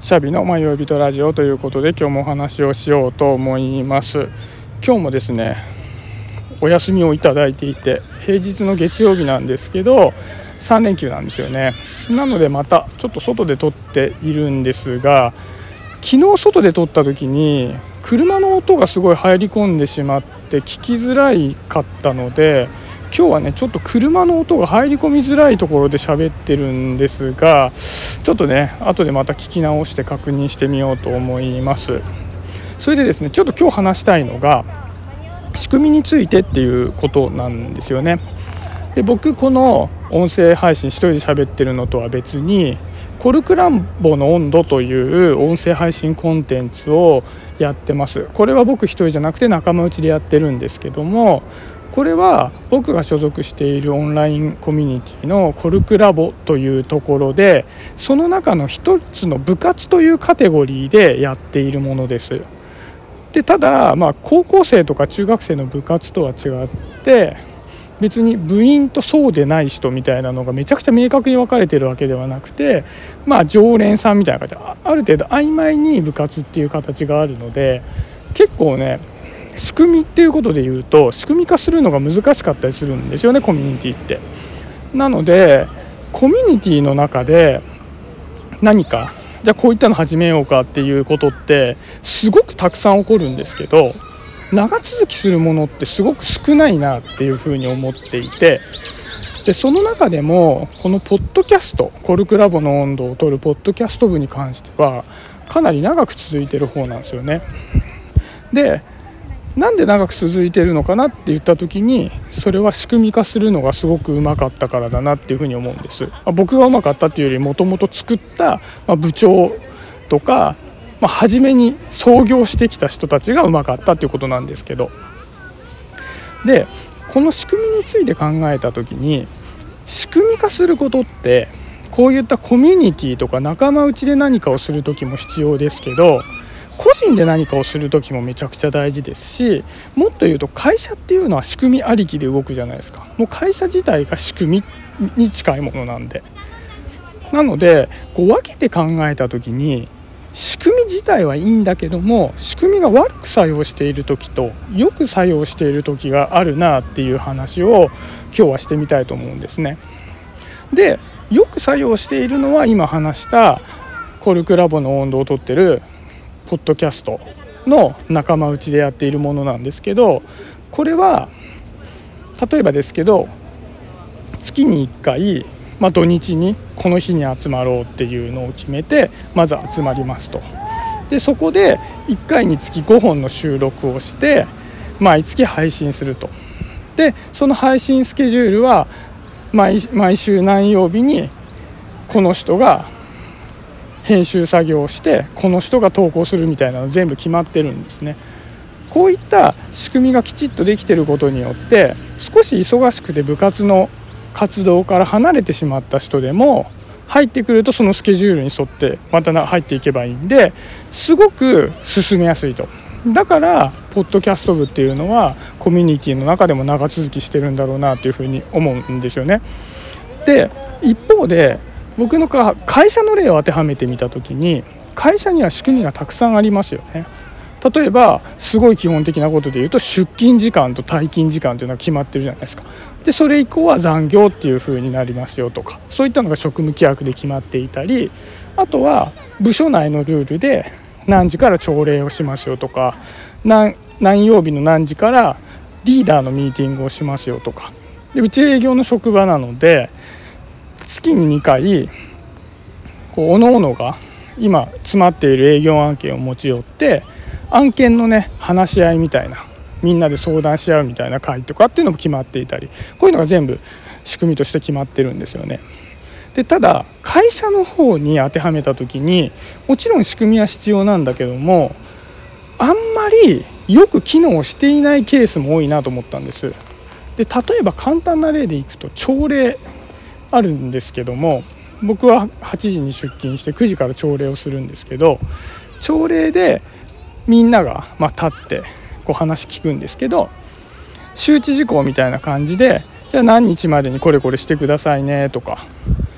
シャビの迷い人ラジオということで今日もお話をしようと思います。今日もですねお休みをいただいていて、平日の月曜日なんですけど3連休なんですよね。なのでまたちょっと外で撮っているんですが、昨日外で撮った時に車の音がすごい入り込んでしまって聞きづらいかったので、今日はねちょっと車の音が入り込みづらいところで喋ってるんですが、ちょっとね後でまた聞き直して確認してみようと思います。それでですね、ちょっと今日話したいのが仕組みについてっていうことなんですよね。で、僕この音声配信一人で喋ってるのとは別にコルクランボの温度という音声配信コンテンツをやってます。これは僕一人じゃなくて仲間内でやってるんですけども、これは僕が所属しているオンラインコミュニティのコルクラボというところで、その中の一つの部活というカテゴリーでやっているものです。で、ただ高校生とか中学生の部活とは違って別に部員とそうでない人みたいなのがめちゃくちゃ明確に分かれてるわけではなくて、常連さんみたいな感じである程度曖昧に部活っていう形があるので、結構ね仕組みっていうことで言うと仕組み化するのが難しかったりするんですよね、コミュニティって。なのでコミュニティの中で何かじゃあこういったの始めようかっていうことってすごくたくさん起こるんですけど、長続きするものってすごく少ないなっていうふうに思っていて、でその中でもこのポッドキャスト、コルクラボの温度を取るポッドキャスト部に関してはかなり長く続いてる方なんですよね。で、なんで長く続いてるのかなって言った時に、それは仕組み化するのがすごくうまかったからだなっていうふうに思うんです。僕がうまかったっていうよりもともと作った部長とか、初めに創業してきた人たちがうまかったっていうことなんですけど、でこの仕組みについて考えた時に、仕組み化することってこういったコミュニティとか仲間内で何かをする時も必要ですけど、個人で何かをする時もめちゃくちゃ大事ですし、もっと言うと会社っていうのは仕組みありきで動くじゃないですか。もう会社自体が仕組みに近いものなんで、なので分けて考えた時に仕組み自体はいいんだけども、仕組みが悪く作用している時とよく作用している時があるなっていう話を今日はしてみたいと思うんですね。で、よく作用しているのは今話したコルクラボの温度を取ってるポッドキャストの仲間内でやっているものなんですけど、これは例えばですけど月に1回、土日にこの日に集まろうっていうのを決めてまず集まりますと。でそこで1回につき5本の収録をして毎月配信すると。でその配信スケジュールは毎週何曜日にこの人が編集作業をしてこの人が投稿するみたいなの全部決まってるんですね。こういった仕組みがきちっとできていることによって、少し忙しくて部活の活動から離れてしまった人でも入ってくるとそのスケジュールに沿ってまた入っていけばいいんで、すごく進めやすいと。だからポッドキャスト部っていうのはコミュニティの中でも長続きしてるんだろうなというふうに思うんですよね。で一方で僕の会社の例を当てはめてみたときに、会社には仕組みがたくさんありますよね。例えばすごい基本的なことで言うと出勤時間と退勤時間というのが決まってるじゃないですか。でそれ以降は残業っていう風になりますよとか、そういったのが職務規約で決まっていたり、あとは部署内のルールで何時から朝礼をしますよとか、何曜日の何時からリーダーのミーティングをしますよとか。でうち営業の職場なので月に2回各々が今詰まっている営業案件を持ち寄って案件のね話し合いみたいな、みんなで相談し合うみたいな会とかっていうのも決まっていたり、こういうのが全部仕組みとして決まってるんですよね。でただ会社の方に当てはめた時にもちろん仕組みは必要なんだけども、あんまりよく機能していないケースも多いなと思ったんです。で例えば簡単な例でいくと朝礼あるんですけども、僕は8時に出勤して9時から朝礼をするんですけど、朝礼でみんなが立って話聞くんですけど、周知事項みたいな感じで、じゃあ何日までにこれこれしてくださいねとか、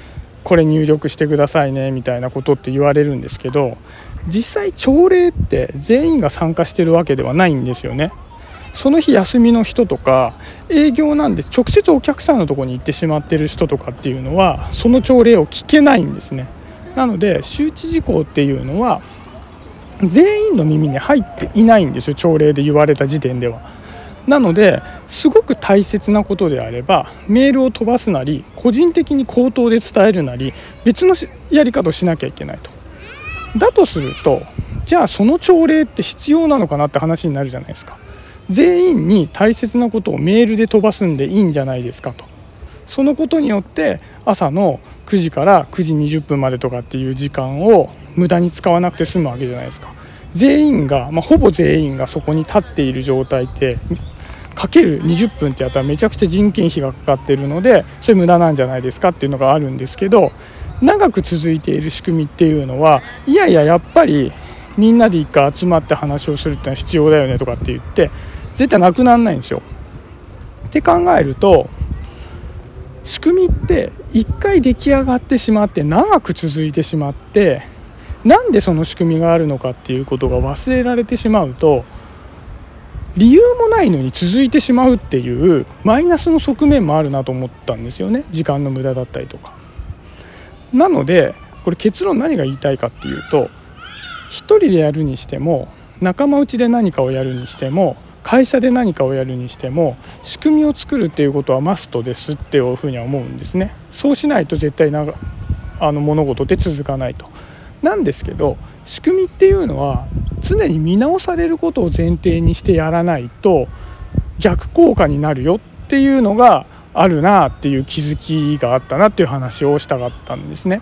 これ入力してくださいねみたいなことって言われるんですけど、実際朝礼って全員が参加してるわけではないんですよね。その日休みの人とか営業なんで直接お客さんのところに行ってしまってる人とかっていうのはその朝礼を聞けないんですね。なので周知事項っていうのは全員の耳に入っていないんですよ、朝礼で言われた時点では。なのですごく大切なことであればメールを飛ばすなり個人的に口頭で伝えるなり別のやり方をしなきゃいけないと。だとするとじゃあその朝礼って必要なのかなって話になるじゃないですか。全員に大切なことをメールで飛ばすんでいいんじゃないですかと。そのことによって朝の9時から9時20分までとかっていう時間を無駄に使わなくて済むわけじゃないですか。全員が、ほぼ全員がそこに立っている状態ってかける20分ってやったらめちゃくちゃ人件費がかかっているのでそれ無駄なんじゃないですかっていうのがあるんですけど、長く続いている仕組みっていうのはいやいややっぱりみんなで一回集まって話をするってのは必要だよねとかって言って絶対なくならないんですよ。って考えると仕組みって一回出来上がってしまって長く続いてしまってなんでその仕組みがあるのかっていうことが忘れられてしまうと理由もないのに続いてしまうっていうマイナスの側面もあるなと思ったんですよね。時間の無駄だったりとか。なのでこれ結論何が言いたいかっていうと、一人でやるにしても仲間内で何かをやるにしても会社で何かをやるにしても仕組みを作るっていうことはマストですっていうふうには思うんですね。そうしないと絶対物事って続かないと。なんですけど仕組みっていうのは常に見直されることを前提にしてやらないと逆効果になるよっていうのがあるなっていう気づきがあったなっていう話をしたかったんですね。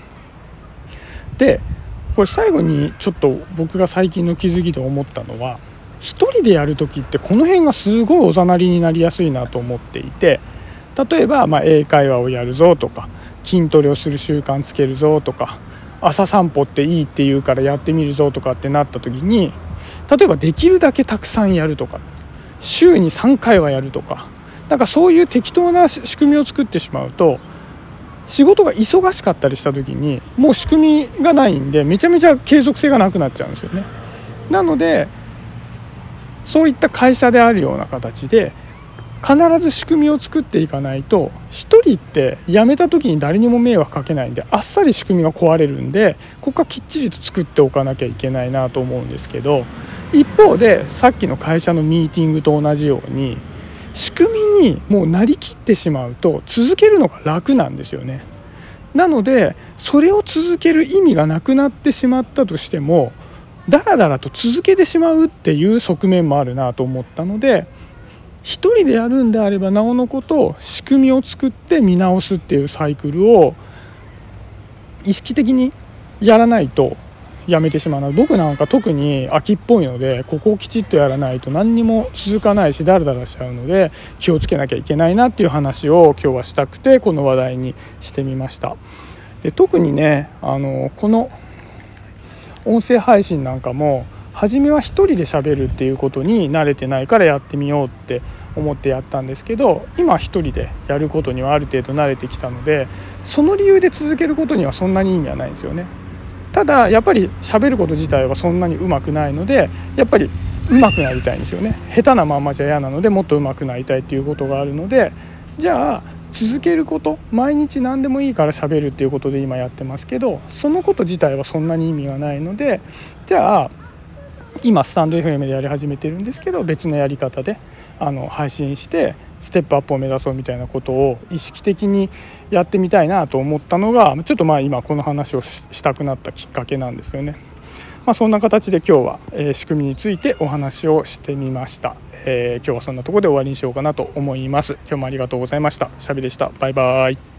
でこれ最後にちょっと僕が最近の気づきで思ったのは、一人でやるときってこの辺がすごいおざなりになりやすいなと思っていて、例えば英会話をやるぞとか筋トレをする習慣つけるぞとか朝散歩っていいって言うからやってみるぞとかってなった時に、例えばできるだけたくさんやるとか週に3回はやるとかなんかそういう適当な仕組みを作ってしまうと仕事が忙しかったりした時にもう仕組みがないんでめちゃめちゃ継続性がなくなっちゃうんですよね。なのでそういった会社であるような形で必ず仕組みを作っていかないと一人って辞めた時に誰にも迷惑かけないんであっさり仕組みが壊れるんで、ここはきっちりと作っておかなきゃいけないなと思うんですけど、一方でさっきの会社のミーティングと同じように仕組みにもうなりきってしまうと続けるのが楽なんですよね。なのでそれを続ける意味がなくなってしまったとしてもだらだらと続けてしまうっていう側面もあるなと思ったので、一人でやるんであればなおのこと仕組みを作って見直すっていうサイクルを意識的にやらないとやめてしまうな。僕なんか特に秋っぽいのでここをきちっとやらないと何にも続かないしだらだらしちゃうので気をつけなきゃいけないなっていう話を今日はしたくてこの話題にしてみました。で特にねこの音声配信なんかも初めは一人で喋るっていうことに慣れてないからやってみようって思ってやったんですけど、今一人でやることにはある程度慣れてきたのでその理由で続けることにはそんなに意味はないんですよね。ただやっぱり喋ること自体はそんなにうまくないのでやっぱりうまくなりたいんですよね。下手なままじゃ嫌なのでもっとうまくなりたいっていうことがあるので、じゃあ続けること、毎日何でもいいから喋るっていうことで今やってますけど、そのこと自体はそんなに意味がないので、じゃあ今スタンド FM でやり始めてるんですけど別のやり方で配信してステップアップを目指そうみたいなことを意識的にやってみたいなと思ったのがちょっと今この話をしたくなったきっかけなんですよね。そんな形で今日は、仕組みについてお話をしてみました。今日はそんなところで終わりにしようかなと思います。今日もありがとうございました。シャビでした。バイバイ。